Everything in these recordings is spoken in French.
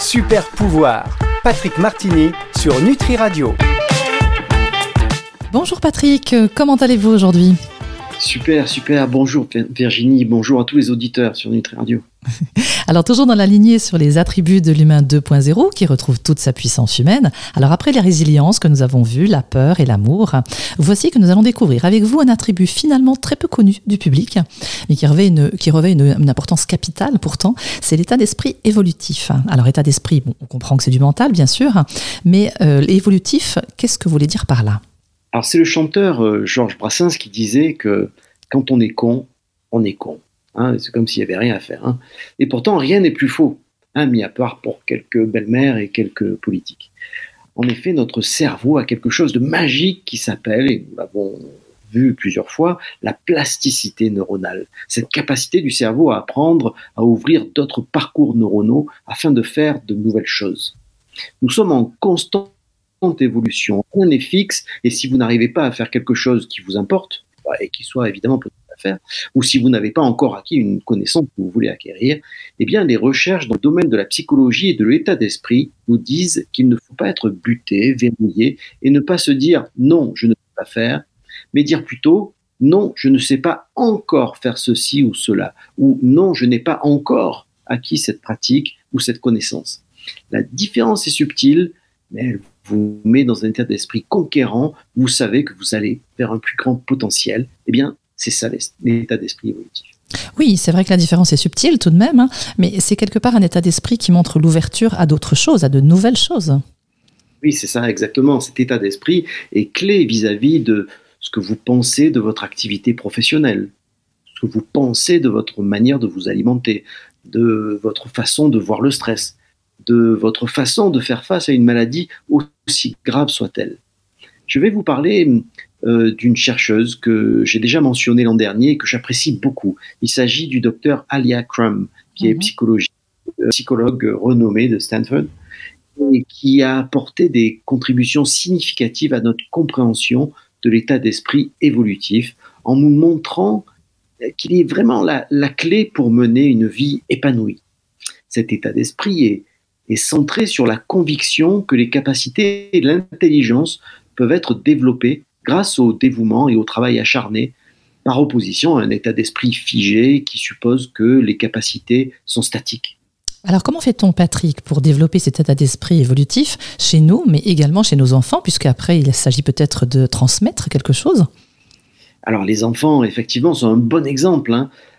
Super pouvoir, Patrick Martini sur Nutri Radio. Bonjour Patrick, comment allez-vous aujourd'hui ? Super. Bonjour Virginie, bonjour à tous les auditeurs sur Nutri Radio. Alors toujours dans la lignée sur les attributs de l'humain 2.0 qui retrouve toute sa puissance humaine. Alors après les résiliences que nous avons vues, la peur et l'amour, voici que nous allons découvrir avec vous un attribut finalement très peu connu du public, mais qui revêt une importance capitale pourtant, c'est l'état d'esprit évolutif. Alors état d'esprit, on comprend que c'est du mental bien sûr, mais évolutif, qu'est-ce que vous voulez dire par là ? Alors c'est le chanteur Georges Brassens qui disait que quand on est con, on est con. C'est comme s'il n'y avait rien à faire. Et pourtant, rien n'est plus faux, mis à part pour quelques belles-mères et quelques politiques. En effet, notre cerveau a quelque chose de magique qui s'appelle, et nous l'avons vu plusieurs fois, la plasticité neuronale. Cette capacité du cerveau à apprendre, à ouvrir d'autres parcours neuronaux afin de faire de nouvelles choses. Nous sommes en constante évolution, rien n'est fixe, et si vous n'arrivez pas à faire quelque chose qui vous importe, et qui soit évidemment possible à faire, ou si vous n'avez pas encore acquis une connaissance que vous voulez acquérir, eh bien les recherches dans le domaine de la psychologie et de l'état d'esprit nous disent qu'il ne faut pas être buté, verrouillé, et ne pas se dire « non, je ne sais pas faire », mais dire plutôt « non, je ne sais pas encore faire ceci ou cela », ou « non, je n'ai pas encore acquis cette pratique ou cette connaissance ». La différence est subtile, mais elle vous met dans un état d'esprit conquérant, vous savez que vous allez vers un plus grand potentiel. Eh bien, c'est ça l'état d'esprit évolutif. Oui, c'est vrai que la différence est subtile tout de même, mais c'est quelque part un état d'esprit qui montre l'ouverture à d'autres choses, à de nouvelles choses. Oui, c'est ça, exactement. Cet état d'esprit est clé vis-à-vis de ce que vous pensez de votre activité professionnelle, ce que vous pensez de votre manière de vous alimenter, de votre façon de voir le stress, de votre façon de faire face à une maladie aussi grave soit-elle. Je vais vous parler d'une chercheuse que j'ai déjà mentionnée l'an dernier et que j'apprécie beaucoup. Il s'agit du docteur Alia Crum, qui est psychologue renommée de Stanford et qui a apporté des contributions significatives à notre compréhension de l'état d'esprit évolutif en nous montrant qu'il est vraiment la clé pour mener une vie épanouie. Cet état d'esprit est centré sur la conviction que les capacités et l'intelligence peuvent être développées grâce au dévouement et au travail acharné, par opposition à un état d'esprit figé qui suppose que les capacités sont statiques. Alors comment fait-on, Patrick, pour développer cet état d'esprit évolutif chez nous, mais également chez nos enfants, puisqu'après il s'agit peut-être de transmettre quelque chose ? Alors les enfants, effectivement, sont un bon exemple.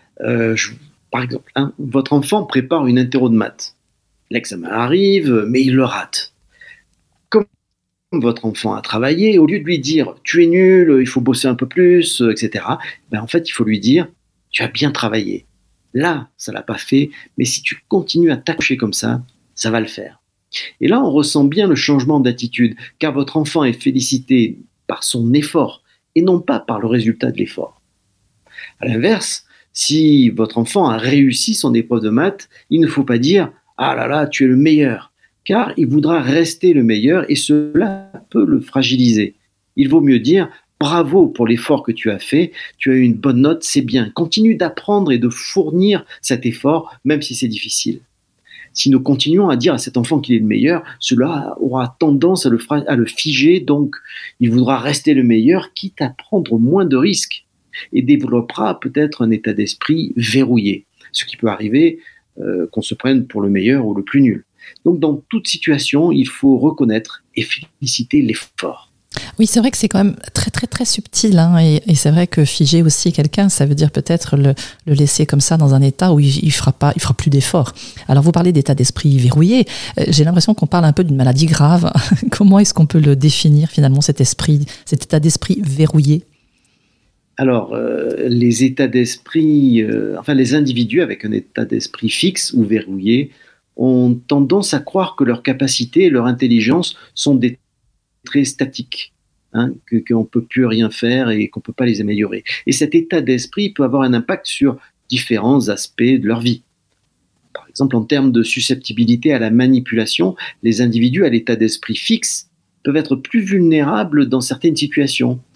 Par exemple, votre enfant prépare une interro de maths. L'examen arrive, mais il le rate. Comme votre enfant a travaillé, au lieu de lui dire « tu es nul, il faut bosser un peu plus », etc., en fait, il faut lui dire « tu as bien travaillé ». Là, ça ne l'a pas fait, mais si tu continues à t'accrocher comme ça va le faire. Et là, on ressent bien le changement d'attitude, car votre enfant est félicité par son effort et non pas par le résultat de l'effort. À l'inverse, si votre enfant a réussi son épreuve de maths, il ne faut pas dire « ah là là, tu es le meilleur », car il voudra rester le meilleur et cela peut le fragiliser. Il vaut mieux dire « bravo pour l'effort que tu as fait, tu as eu une bonne note, c'est bien, continue d'apprendre et de fournir cet effort, même si c'est difficile ». Si nous continuons à dire à cet enfant qu'il est le meilleur, cela aura tendance à le figer, donc il voudra rester le meilleur, quitte à prendre moins de risques, et développera peut-être un état d'esprit verrouillé, ce qui peut arriver qu'on se prenne pour le meilleur ou le plus nul. Donc dans toute situation, il faut reconnaître et féliciter l'effort. Oui, c'est vrai que c'est quand même très très très subtil, et c'est vrai que figer aussi quelqu'un, ça veut dire peut-être le laisser comme ça dans un état où il fera plus d'efforts. Alors vous parlez d'état d'esprit verrouillé, j'ai l'impression qu'on parle un peu d'une maladie grave. Comment est-ce qu'on peut le définir finalement, cet état d'esprit verrouillé ? Alors, les états d'esprit, les individus avec un état d'esprit fixe ou verrouillé ont tendance à croire que leurs capacités et leur intelligence sont des traits statiques, qu'on ne peut plus rien faire et qu'on ne peut pas les améliorer. Et cet état d'esprit peut avoir un impact sur différents aspects de leur vie. Par exemple, en termes de susceptibilité à la manipulation, les individus à l'état d'esprit fixe peuvent être plus vulnérables dans certaines situations.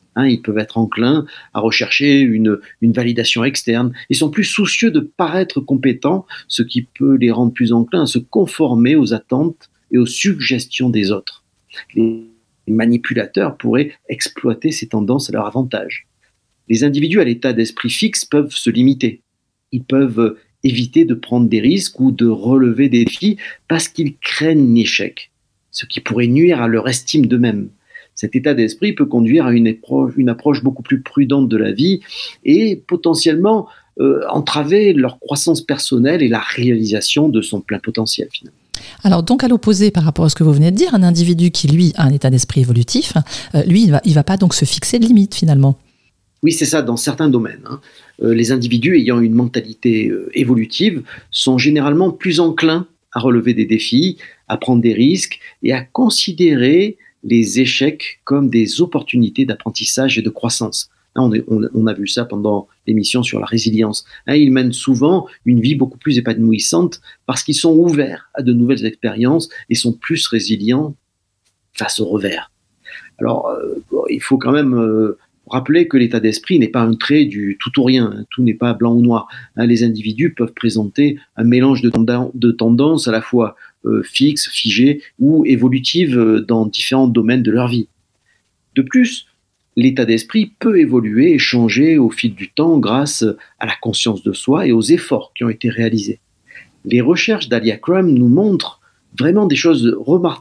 Ils peuvent être enclins à rechercher une validation externe. Ils sont plus soucieux de paraître compétents, ce qui peut les rendre plus enclins à se conformer aux attentes et aux suggestions des autres. Les manipulateurs pourraient exploiter ces tendances à leur avantage. Les individus à l'état d'esprit fixe peuvent se limiter. Ils peuvent éviter de prendre des risques ou de relever des défis parce qu'ils craignent l'échec, ce qui pourrait nuire à leur estime d'eux-mêmes. Cet état d'esprit peut conduire à une approche beaucoup plus prudente de la vie et potentiellement entraver leur croissance personnelle et la réalisation de son plein potentiel finalement. Alors donc à l'opposé par rapport à ce que vous venez de dire, un individu qui lui a un état d'esprit évolutif, lui il va pas donc se fixer de limites finalement. Oui, c'est ça, dans certains domaines. Les individus ayant une mentalité évolutive sont généralement plus enclins à relever des défis, à prendre des risques et à considérer les échecs comme des opportunités d'apprentissage et de croissance. On a vu ça pendant l'émission sur la résilience. Ils mènent souvent une vie beaucoup plus épanouissante parce qu'ils sont ouverts à de nouvelles expériences et sont plus résilients face aux revers. Alors, il faut quand même rappeler que l'état d'esprit n'est pas un trait du tout ou rien, tout n'est pas blanc ou noir. Les individus peuvent présenter un mélange de tendances à la fois fixes, figées ou évolutives dans différents domaines de leur vie. De plus, l'état d'esprit peut évoluer et changer au fil du temps grâce à la conscience de soi et aux efforts qui ont été réalisés. Les recherches d'Alia Crum nous montrent vraiment des choses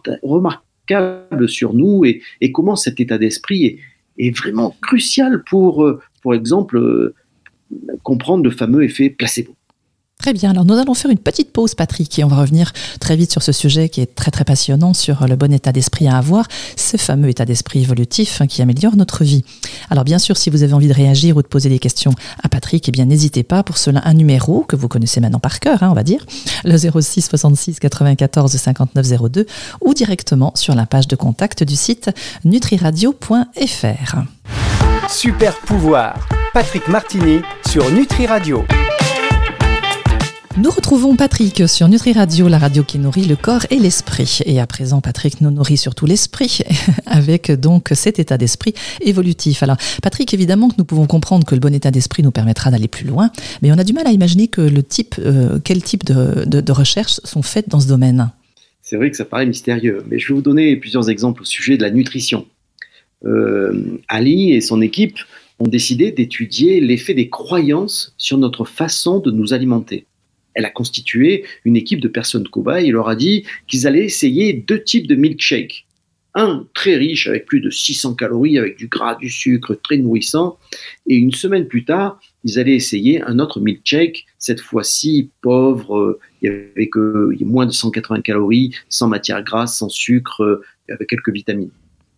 remarquables sur nous et comment cet état d'esprit est vraiment crucial pour exemple, comprendre le fameux effet placebo. Très bien, alors nous allons faire une petite pause Patrick et on va revenir très vite sur ce sujet qui est très très passionnant sur le bon état d'esprit à avoir, ce fameux état d'esprit évolutif qui améliore notre vie. Alors bien sûr, si vous avez envie de réagir ou de poser des questions à Patrick, eh bien n'hésitez pas, pour cela un numéro que vous connaissez maintenant par cœur, on va dire, le 06 66 94 59 02 ou directement sur la page de contact du site nutriradio.fr. Super pouvoir, Patrick Martini sur Nutri Radio. Nous retrouvons Patrick sur Nutri Radio, la radio qui nourrit le corps et l'esprit. Et à présent, Patrick nous nourrit surtout l'esprit avec donc cet état d'esprit évolutif. Alors, Patrick, évidemment que nous pouvons comprendre que le bon état d'esprit nous permettra d'aller plus loin, mais on a du mal à imaginer que quel type de recherches sont faites dans ce domaine. C'est vrai que ça paraît mystérieux, mais je vais vous donner plusieurs exemples au sujet de la nutrition. Ali et son équipe ont décidé d'étudier l'effet des croyances sur notre façon de nous alimenter. Elle a constitué une équipe de personnes cobayes et leur a dit qu'ils allaient essayer 2 types de milkshake. Un très riche avec plus de 600 calories, avec du gras, du sucre, très nourrissant. Et une semaine plus tard, ils allaient essayer un autre milkshake, cette fois-ci pauvre, il y avait moins de 180 calories, sans matière grasse, sans sucre, avec quelques vitamines.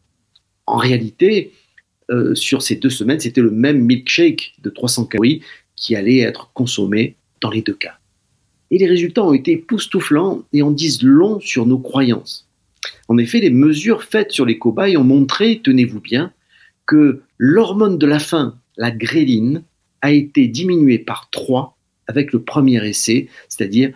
En réalité, sur ces 2 semaines, c'était le même milkshake de 300 calories qui allait être consommé dans les 2 cas. Et les résultats ont été époustouflants et en disent long sur nos croyances. En effet, les mesures faites sur les cobayes ont montré, tenez-vous bien, que l'hormone de la faim, la gréline, a été diminuée par 3 avec le premier essai, c'est-à-dire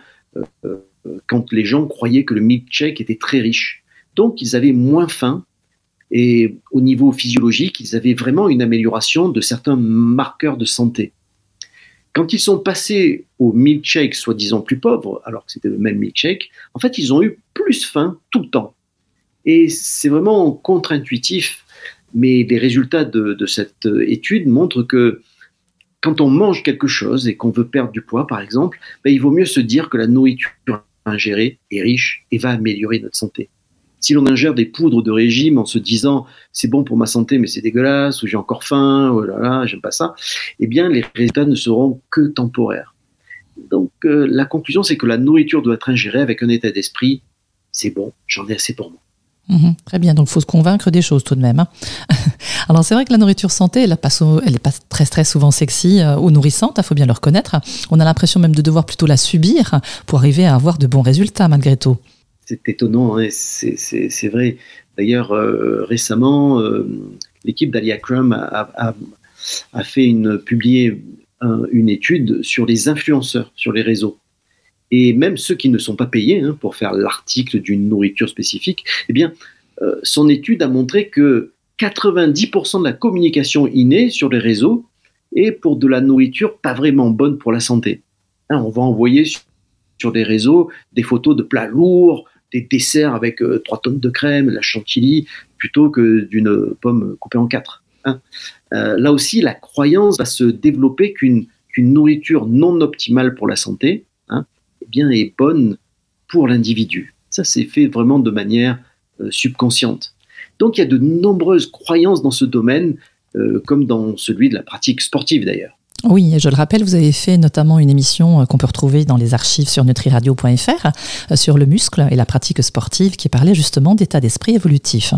quand les gens croyaient que le milkshake était très riche. Donc, ils avaient moins faim et au niveau physiologique, ils avaient vraiment une amélioration de certains marqueurs de santé. Quand ils sont passés au milkshake soi-disant plus pauvre, alors que c'était le même milkshake, en fait, ils ont eu plus faim tout le temps. Et c'est vraiment contre-intuitif, mais les résultats de cette étude montrent que quand on mange quelque chose et qu'on veut perdre du poids, par exemple, il vaut mieux se dire que la nourriture ingérée est riche et va améliorer notre santé. Si l'on ingère des poudres de régime en se disant « c'est bon pour ma santé mais c'est dégueulasse » ou « j'ai encore faim » ou « oh là là, j'aime pas ça », eh bien les résultats ne seront que temporaires. Donc la conclusion, c'est que la nourriture doit être ingérée avec un état d'esprit « c'est bon, j'en ai assez pour moi ». Très bien, donc il faut se convaincre des choses tout de même. Alors c'est vrai que la nourriture santé, elle n'est pas très souvent sexy ou nourrissante, il faut bien le reconnaître. On a l'impression même de devoir plutôt la subir pour arriver à avoir de bons résultats malgré tout. C'est étonnant, c'est vrai. D'ailleurs, récemment, l'équipe d'Alia Crum a publié une étude sur les influenceurs sur les réseaux. Et même ceux qui ne sont pas payés pour faire l'article d'une nourriture spécifique, eh bien, son étude a montré que 90% de la communication innée sur les réseaux est pour de la nourriture pas vraiment bonne pour la santé. On va envoyer sur les réseaux des photos de plats lourds, des desserts avec 3 tonnes de crème, la chantilly, plutôt que d'une pomme coupée en 4. Là aussi, la croyance va se développer qu'une nourriture non optimale pour la santé eh bien, est bonne pour l'individu. Ça, c'est fait vraiment de manière subconsciente. Donc, il y a de nombreuses croyances dans ce domaine, comme dans celui de la pratique sportive d'ailleurs. Oui, je le rappelle, vous avez fait notamment une émission qu'on peut retrouver dans les archives sur nutriradio.fr sur le muscle et la pratique sportive qui parlait justement d'état d'esprit évolutif.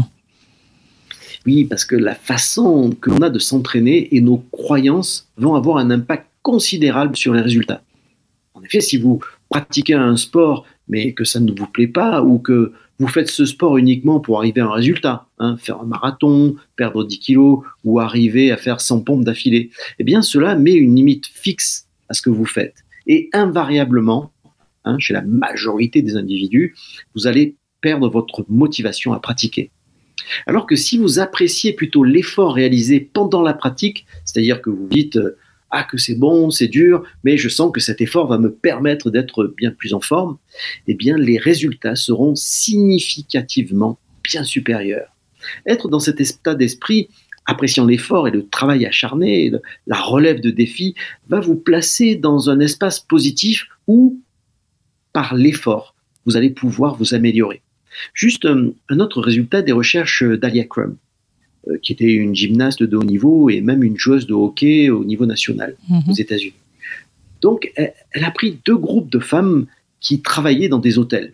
Oui, parce que la façon que l'on a de s'entraîner et nos croyances vont avoir un impact considérable sur les résultats. En effet, si vous pratiquez un sport mais que ça ne vous plaît pas ou que vous faites ce sport uniquement pour arriver à un résultat, faire un marathon, perdre 10 kilos ou arriver à faire 100 pompes d'affilée, eh bien cela met une limite fixe à ce que vous faites. Et invariablement, chez la majorité des individus, vous allez perdre votre motivation à pratiquer. Alors que si vous appréciez plutôt l'effort réalisé pendant la pratique, c'est-à-dire que vous dites que c'est bon, c'est dur, mais je sens que cet effort va me permettre d'être bien plus en forme, eh bien les résultats seront significativement bien supérieurs. Être dans cet état d'esprit, appréciant l'effort et le travail acharné, la relève de défis, va vous placer dans un espace positif où, par l'effort, vous allez pouvoir vous améliorer. Juste un autre résultat des recherches d'Alia Crum, qui était une gymnaste de haut niveau et même une joueuse de hockey au niveau national aux États-Unis. Donc, elle a pris 2 groupes de femmes qui travaillaient dans des hôtels.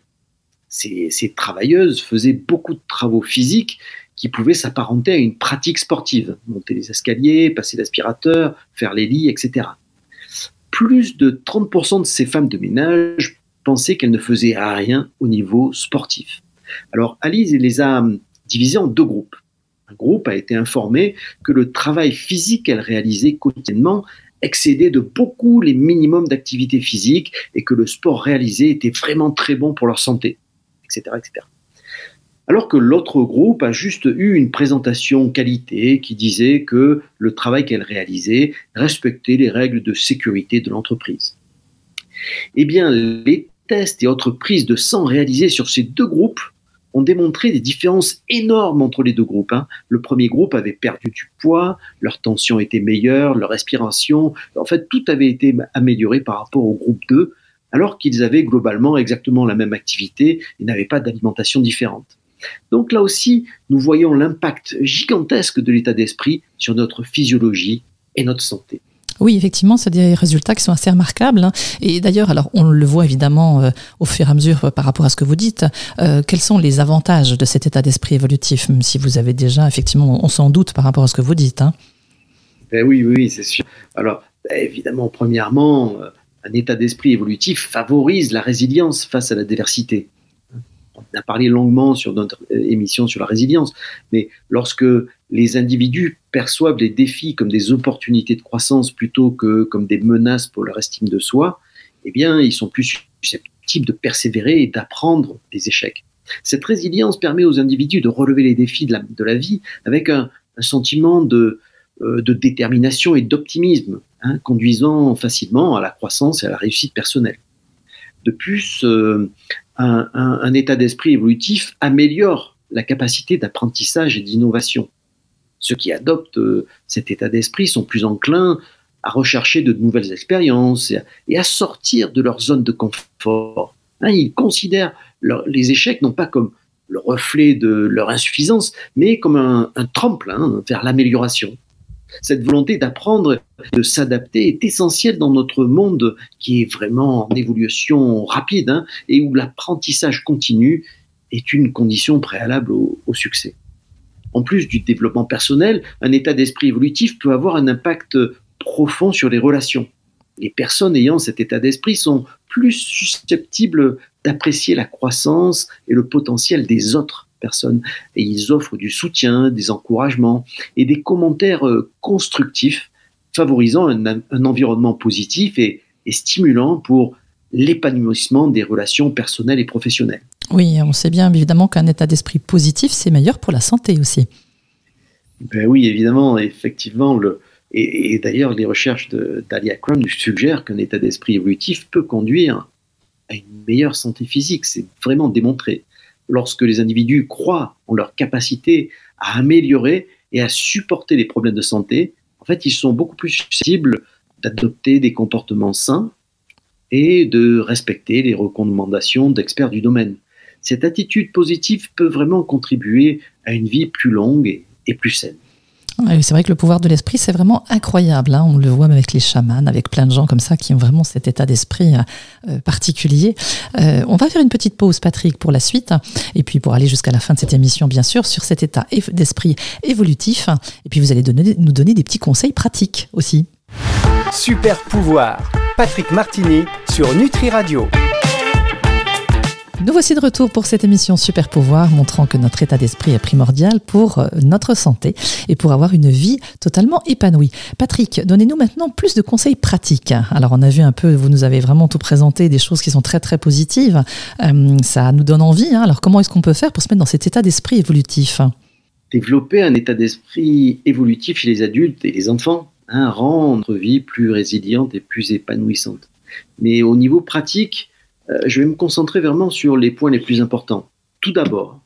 Ces travailleuses faisaient beaucoup de travaux physiques qui pouvaient s'apparenter à une pratique sportive. Monter les escaliers, passer l'aspirateur, faire les lits, etc. Plus de 30% de ces femmes de ménage pensaient qu'elles ne faisaient rien au niveau sportif. Alors, Alice les a divisées en 2 groupes. Un groupe a été informé que le travail physique qu'elle réalisait quotidiennement excédait de beaucoup les minimums d'activité physique et que le sport réalisé était vraiment très bon pour leur santé, etc., etc. Alors que l'autre groupe a juste eu une présentation qualité qui disait que le travail qu'elle réalisait respectait les règles de sécurité de l'entreprise. Eh bien, les tests et autres prises de sang réalisées sur ces 2 groupes ont démontré des différences énormes entre les 2 groupes. Le premier groupe avait perdu du poids, leur tension était meilleure, leur respiration, en fait tout avait été amélioré par rapport au groupe 2, alors qu'ils avaient globalement exactement la même activité et n'avaient pas d'alimentation différente. Donc là aussi, nous voyons l'impact gigantesque de l'état d'esprit sur notre physiologie et notre santé. Oui, effectivement, c'est des résultats qui sont assez remarquables. Et d'ailleurs, alors on le voit évidemment au fur et à mesure par rapport à ce que vous dites. Quels sont les avantages de cet état d'esprit évolutif, même si vous avez déjà, effectivement, on s'en doute par rapport à ce que vous dites. Oui, c'est sûr. Alors, évidemment, premièrement, un état d'esprit évolutif favorise la résilience face à l'adversité. On a parlé longuement sur notre émission sur la résilience, mais lorsque les individus perçoivent les défis comme des opportunités de croissance plutôt que comme des menaces pour leur estime de soi, eh bien, ils sont plus susceptibles de persévérer et d'apprendre des échecs. Cette résilience permet aux individus de relever les défis de la vie avec un sentiment de détermination et d'optimisme, conduisant facilement à la croissance et à la réussite personnelle. De plus, un état d'esprit évolutif améliore la capacité d'apprentissage et d'innovation. Ceux qui adoptent cet état d'esprit sont plus enclins à rechercher de nouvelles expériences et à sortir de leur zone de confort. Ils considèrent les échecs non pas comme le reflet de leur insuffisance, mais comme un tremplin vers l'amélioration. Cette volonté d'apprendre, de s'adapter est essentielle dans notre monde qui est vraiment en évolution rapide et où l'apprentissage continu est une condition préalable au succès. En plus du développement personnel, un état d'esprit évolutif peut avoir un impact profond sur les relations. Les personnes ayant cet état d'esprit sont plus susceptibles d'apprécier la croissance et le potentiel des autres personnes. Et ils offrent du soutien, des encouragements et des commentaires constructifs, favorisant un environnement positif et stimulant pour l'épanouissement des relations personnelles et professionnelles. Oui, on sait bien évidemment qu'un état d'esprit positif, c'est meilleur pour la santé aussi. Ben oui, évidemment, effectivement. Et d'ailleurs, les recherches d'Alia Crum suggèrent qu'un état d'esprit évolutif peut conduire à une meilleure santé physique. C'est vraiment démontré. Lorsque les individus croient en leur capacité à améliorer et à supporter les problèmes de santé, en fait, ils sont beaucoup plus susceptibles d'adopter des comportements sains et de respecter les recommandations d'experts du domaine. Cette attitude positive peut vraiment contribuer à une vie plus longue et plus saine. Oui, c'est vrai que le pouvoir de l'esprit, c'est vraiment incroyable. On le voit même avec les chamans, avec plein de gens comme ça qui ont vraiment cet état d'esprit particulier. On va faire une petite pause, Patrick, pour la suite. Et puis pour aller jusqu'à la fin de cette émission, bien sûr, sur cet état d'esprit évolutif. Et puis vous allez nous donner des petits conseils pratiques aussi. Super pouvoir, Patrick Martini sur Nutri Radio. Nous voici de retour pour cette émission Super Pouvoir, montrant que notre état d'esprit est primordial pour notre santé et pour avoir une vie totalement épanouie. Patrick, donnez-nous maintenant plus de conseils pratiques. Alors on a vu un peu, vous nous avez vraiment tout présenté, des choses qui sont très très positives. Ça nous donne envie. Alors comment est-ce qu'on peut faire pour se mettre dans cet état d'esprit évolutif ? Développer un état d'esprit évolutif chez les adultes et les enfants rend notre vie plus résiliente et plus épanouissante. Mais au niveau pratique, je vais me concentrer vraiment sur les points les plus importants. Tout d'abord,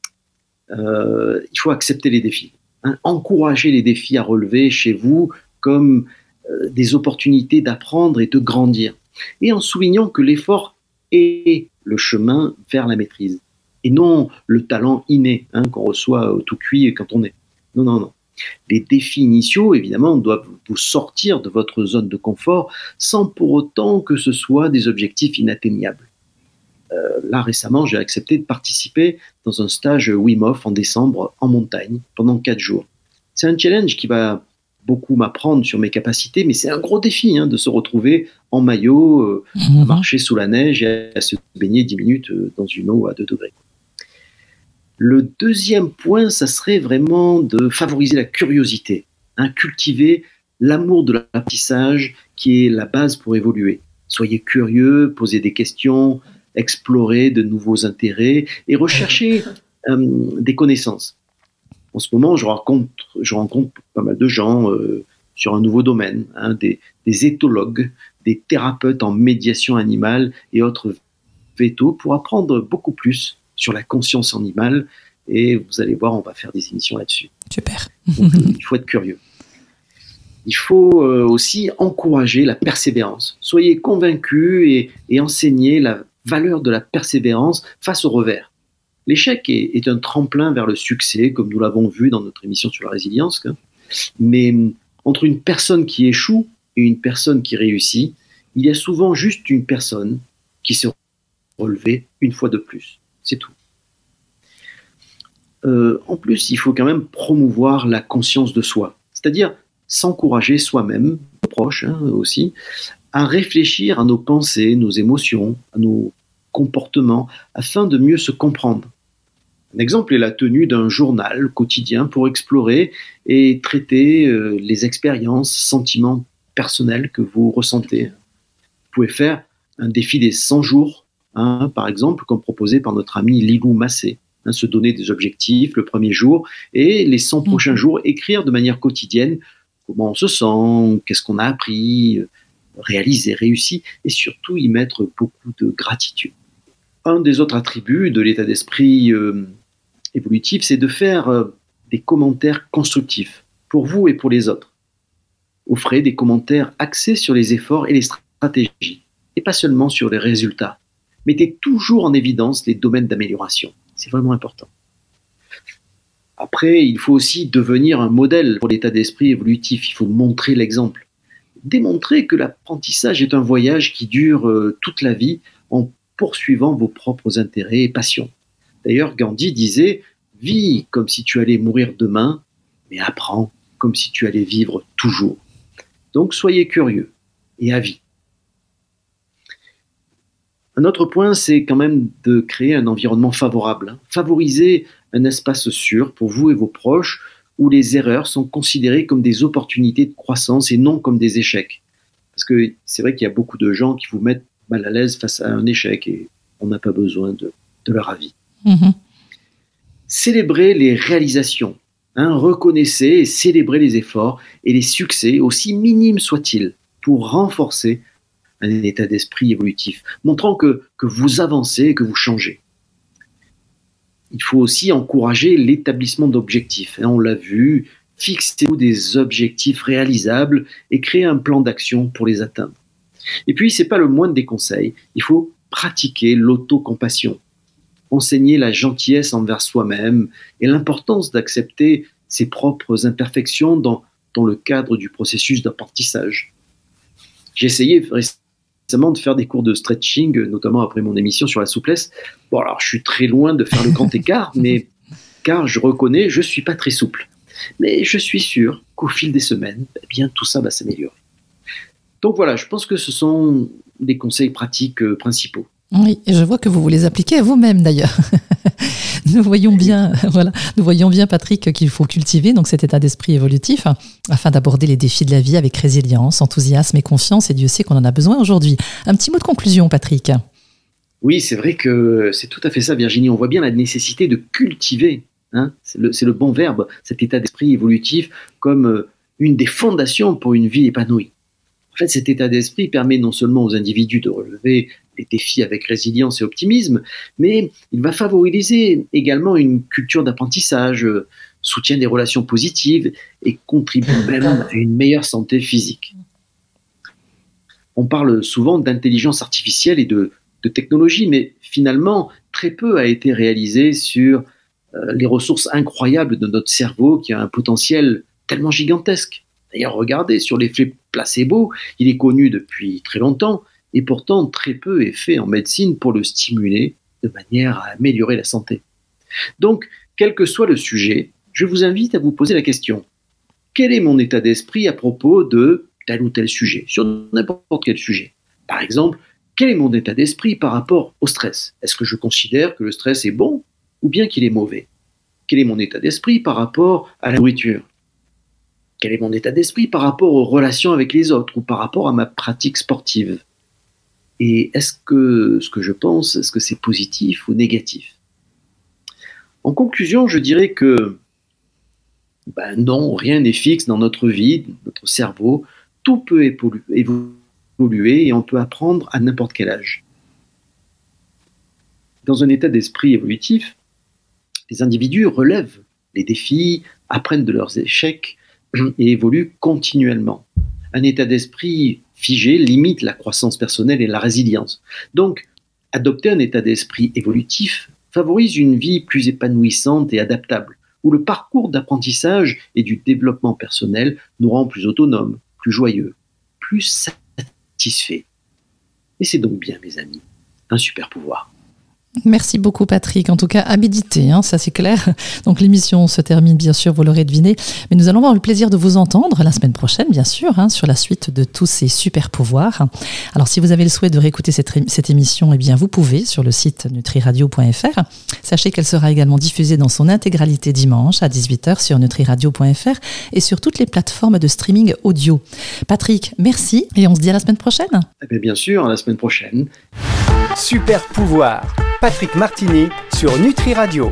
il faut accepter les défis. Encourager les défis à relever chez vous comme des opportunités d'apprendre et de grandir. Et en soulignant que l'effort est le chemin vers la maîtrise. Et non le talent inné qu'on reçoit tout cuit quand on est. Non. Les défis initiaux, évidemment, doivent vous sortir de votre zone de confort sans pour autant que ce soit des objectifs inatteignables. Là, récemment, j'ai accepté de participer dans un stage Wim Hof en décembre en montagne pendant 4 jours. C'est un challenge qui va beaucoup m'apprendre sur mes capacités, mais c'est un gros défi de se retrouver en maillot, à marcher sous la neige et à se baigner 10 minutes dans une eau à 2 degrés. Le deuxième point, ça serait vraiment de favoriser la curiosité, cultiver l'amour de l'apprentissage qui est la base pour évoluer. Soyez curieux, posez des questions, explorez de nouveaux intérêts et recherchez des connaissances. En ce moment, je rencontre pas mal de gens sur un nouveau domaine, des éthologues, des thérapeutes en médiation animale et autres vétos pour apprendre beaucoup plus sur la conscience animale, et vous allez voir, on va faire des émissions là-dessus. Super. Donc, il faut être curieux. Il faut aussi encourager la persévérance. Soyez convaincus et enseignez la valeur de la persévérance face au revers. L'échec est un tremplin vers le succès, comme nous l'avons vu dans notre émission sur la résilience. Mais entre une personne qui échoue et une personne qui réussit, il y a souvent juste une personne qui se relève une fois de plus. C'est tout. En plus, il faut quand même promouvoir la conscience de soi, c'est-à-dire s'encourager soi-même, nos proches aussi, à réfléchir à nos pensées, nos émotions, à nos comportements, afin de mieux se comprendre. Un exemple est la tenue d'un journal quotidien pour explorer et traiter les expériences, sentiments personnels que vous ressentez. Vous pouvez faire un défi des 100 jours, par exemple, comme proposé par notre ami Lilou Massé. Se donner des objectifs le premier jour et les 100 prochains jours, écrire de manière quotidienne comment on se sent, qu'est-ce qu'on a appris, réalisé, réussi, et surtout y mettre beaucoup de gratitude. Un des autres attributs de l'état d'esprit évolutif, c'est de faire des commentaires constructifs pour vous et pour les autres. Offrez des commentaires axés sur les efforts et les stratégies, et pas seulement sur les résultats. Mettez toujours en évidence les domaines d'amélioration. C'est vraiment important. Après, il faut aussi devenir un modèle pour l'état d'esprit évolutif. Il faut montrer l'exemple. Démontrer que l'apprentissage est un voyage qui dure toute la vie en poursuivant vos propres intérêts et passions. D'ailleurs, Gandhi disait « Vis comme si tu allais mourir demain, mais apprends comme si tu allais vivre toujours. » Donc, soyez curieux et à vie. Un autre point, c'est quand même de créer un environnement favorable. Favoriser un espace sûr pour vous et vos proches où les erreurs sont considérées comme des opportunités de croissance et non comme des échecs. Parce que c'est vrai qu'il y a beaucoup de gens qui vous mettent mal à l'aise face à un échec et on n'a pas besoin de leur avis. Célébrer les réalisations Reconnaissez et célébrez les efforts et les succès, aussi minimes soient-ils, pour renforcer un état d'esprit évolutif, montrant que vous avancez et que vous changez. Il faut aussi encourager l'établissement d'objectifs. On l'a vu, fixez-vous des objectifs réalisables et créez un plan d'action pour les atteindre. Et puis, ce n'est pas le moindre des conseils, il faut pratiquer l'autocompassion, enseigner la gentillesse envers soi-même et l'importance d'accepter ses propres imperfections dans le cadre du processus d'apprentissage. J'ai essayé récemment de faire des cours de stretching, notamment après mon émission sur la souplesse. Bon, alors je suis très loin de faire le grand écart, car je reconnais, je ne suis pas très souple. Mais je suis sûr qu'au fil des semaines, tout ça va s'améliorer. Donc voilà, je pense que ce sont des conseils pratiques principaux. Oui, et je vois que vous les appliquez à vous-même d'ailleurs. Nous voyons bien, Patrick, qu'il faut cultiver donc cet état d'esprit évolutif afin d'aborder les défis de la vie avec résilience, enthousiasme et confiance, et Dieu sait qu'on en a besoin aujourd'hui. Un petit mot de conclusion, Patrick. Oui, c'est vrai que c'est tout à fait ça, Virginie. On voit bien la nécessité de cultiver, c'est le bon verbe, cet état d'esprit évolutif comme une des fondations pour une vie épanouie. En fait, cet état d'esprit permet non seulement aux individus de relever les défis avec résilience et optimisme, mais il va favoriser également une culture d'apprentissage, soutient des relations positives et contribue même à une meilleure santé physique. On parle souvent d'intelligence artificielle et de technologie, mais finalement, très peu a été réalisé sur les ressources incroyables de notre cerveau qui a un potentiel tellement gigantesque. D'ailleurs, regardez, sur l'effet placebo, il est connu depuis très longtemps, et pourtant très peu est fait en médecine pour le stimuler de manière à améliorer la santé. Donc, quel que soit le sujet, je vous invite à vous poser la question: quel est mon état d'esprit à propos de tel ou tel sujet, sur n'importe quel sujet? Par exemple, quel est mon état d'esprit par rapport au stress? Est-ce que je considère que le stress est bon ou bien qu'il est mauvais? Quel est mon état d'esprit par rapport à la nourriture? Quel est mon état d'esprit par rapport aux relations avec les autres ou par rapport à ma pratique sportive? Et est-ce que ce que je pense, est-ce que c'est positif ou négatif? En conclusion, je dirais que non, rien n'est fixe dans notre vie, notre cerveau. Tout peut évoluer et on peut apprendre à n'importe quel âge. Dans un état d'esprit évolutif, les individus relèvent les défis, apprennent de leurs échecs et évoluent continuellement. Un état d'esprit figé limite la croissance personnelle et la résilience. Donc, adopter un état d'esprit évolutif favorise une vie plus épanouissante et adaptable, où le parcours d'apprentissage et du développement personnel nous rend plus autonomes, plus joyeux, plus satisfaits. Et c'est donc bien, mes amis, un super pouvoir. Merci beaucoup Patrick, en tout cas à méditer, ça c'est clair. Donc l'émission se termine bien sûr, vous l'aurez deviné, mais nous allons avoir le plaisir de vous entendre la semaine prochaine bien sûr, sur la suite de tous ces super pouvoirs. Alors si vous avez le souhait de réécouter cette émission, eh bien vous pouvez sur le site nutriradio.fr. Sachez qu'elle sera également diffusée dans son intégralité dimanche à 18h sur nutriradio.fr et sur toutes les plateformes de streaming audio. Patrick, merci et on se dit à la semaine prochaine. Bien sûr, à la semaine prochaine. Super pouvoir, Patrick Martini sur Nutri Radio.